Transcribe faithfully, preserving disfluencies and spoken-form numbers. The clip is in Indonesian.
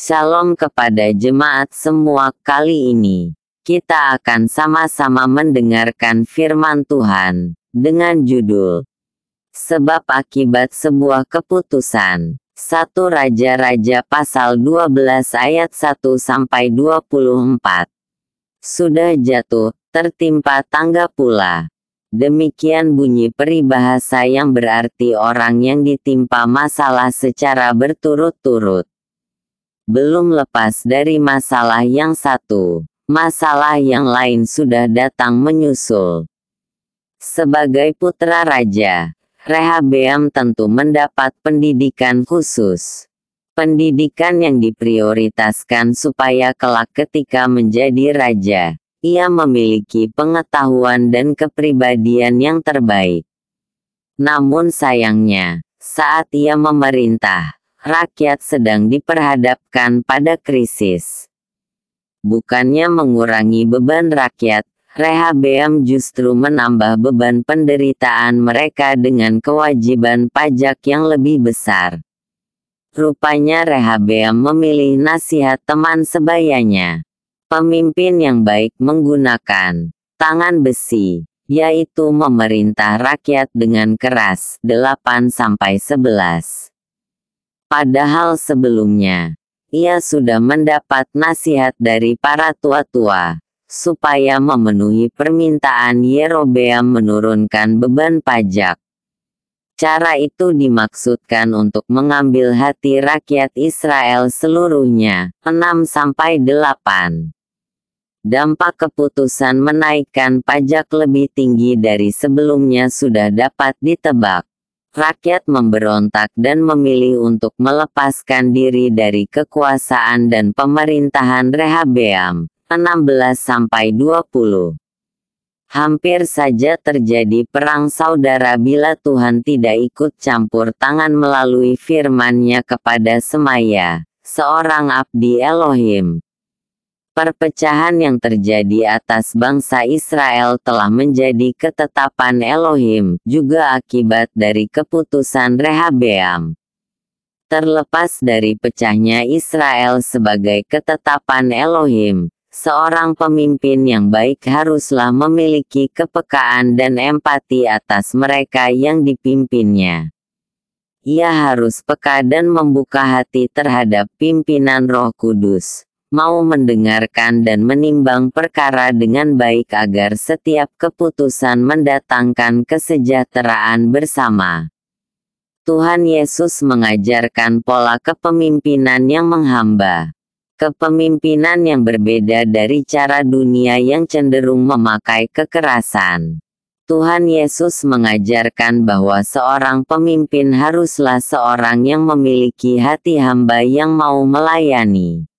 Shalom kepada jemaat semua. Kali ini, kita akan sama-sama mendengarkan firman Tuhan, dengan judul, Sebab Akibat Sebuah Keputusan. satu Raja-Raja pasal dua belas ayat satu sampai dua puluh empat. Sudah jatuh, tertimpa tangga pula. Demikian bunyi peribahasa yang berarti orang yang ditimpa masalah secara berturut-turut. Belum lepas dari masalah yang satu, masalah yang lain sudah datang menyusul. Sebagai putra raja, Rehabeam tentu mendapat pendidikan khusus. Pendidikan yang diprioritaskan supaya kelak ketika menjadi raja, ia memiliki pengetahuan dan kepribadian yang terbaik. Namun sayangnya, saat ia memerintah, rakyat sedang diperhadapkan pada krisis. Bukannya mengurangi beban rakyat, Rehabeam justru menambah beban penderitaan mereka dengan kewajiban pajak yang lebih besar. Rupanya Rehabeam memilih nasihat teman sebayanya. Pemimpin yang baik menggunakan tangan besi, yaitu memerintah rakyat dengan keras. delapan sampai sebelas. Padahal sebelumnya, ia sudah mendapat nasihat dari para tua-tua, supaya memenuhi permintaan Yerobeam menurunkan beban pajak. Cara itu dimaksudkan untuk mengambil hati rakyat Israel seluruhnya. enam sampai delapan. Dampak keputusan menaikkan pajak lebih tinggi dari sebelumnya sudah dapat ditebak. Rakyat memberontak dan memilih untuk melepaskan diri dari kekuasaan dan pemerintahan Rehabeam. enam belas sampai dua puluh. Hampir saja terjadi perang saudara bila Tuhan tidak ikut campur tangan melalui firman-Nya kepada Semaya, seorang abdi Elohim. Perpecahan yang terjadi atas bangsa Israel telah menjadi ketetapan Elohim, juga akibat dari keputusan Rehabeam. Terlepas dari pecahnya Israel sebagai ketetapan Elohim, seorang pemimpin yang baik haruslah memiliki kepekaan dan empati atas mereka yang dipimpinnya. Ia harus peka dan membuka hati terhadap pimpinan Roh Kudus, mau mendengarkan dan menimbang perkara dengan baik agar setiap keputusan mendatangkan kesejahteraan bersama. Tuhan Yesus mengajarkan pola kepemimpinan yang menghamba. Kepemimpinan yang berbeda dari cara dunia yang cenderung memakai kekerasan. Tuhan Yesus mengajarkan bahwa seorang pemimpin haruslah seorang yang memiliki hati hamba yang mau melayani.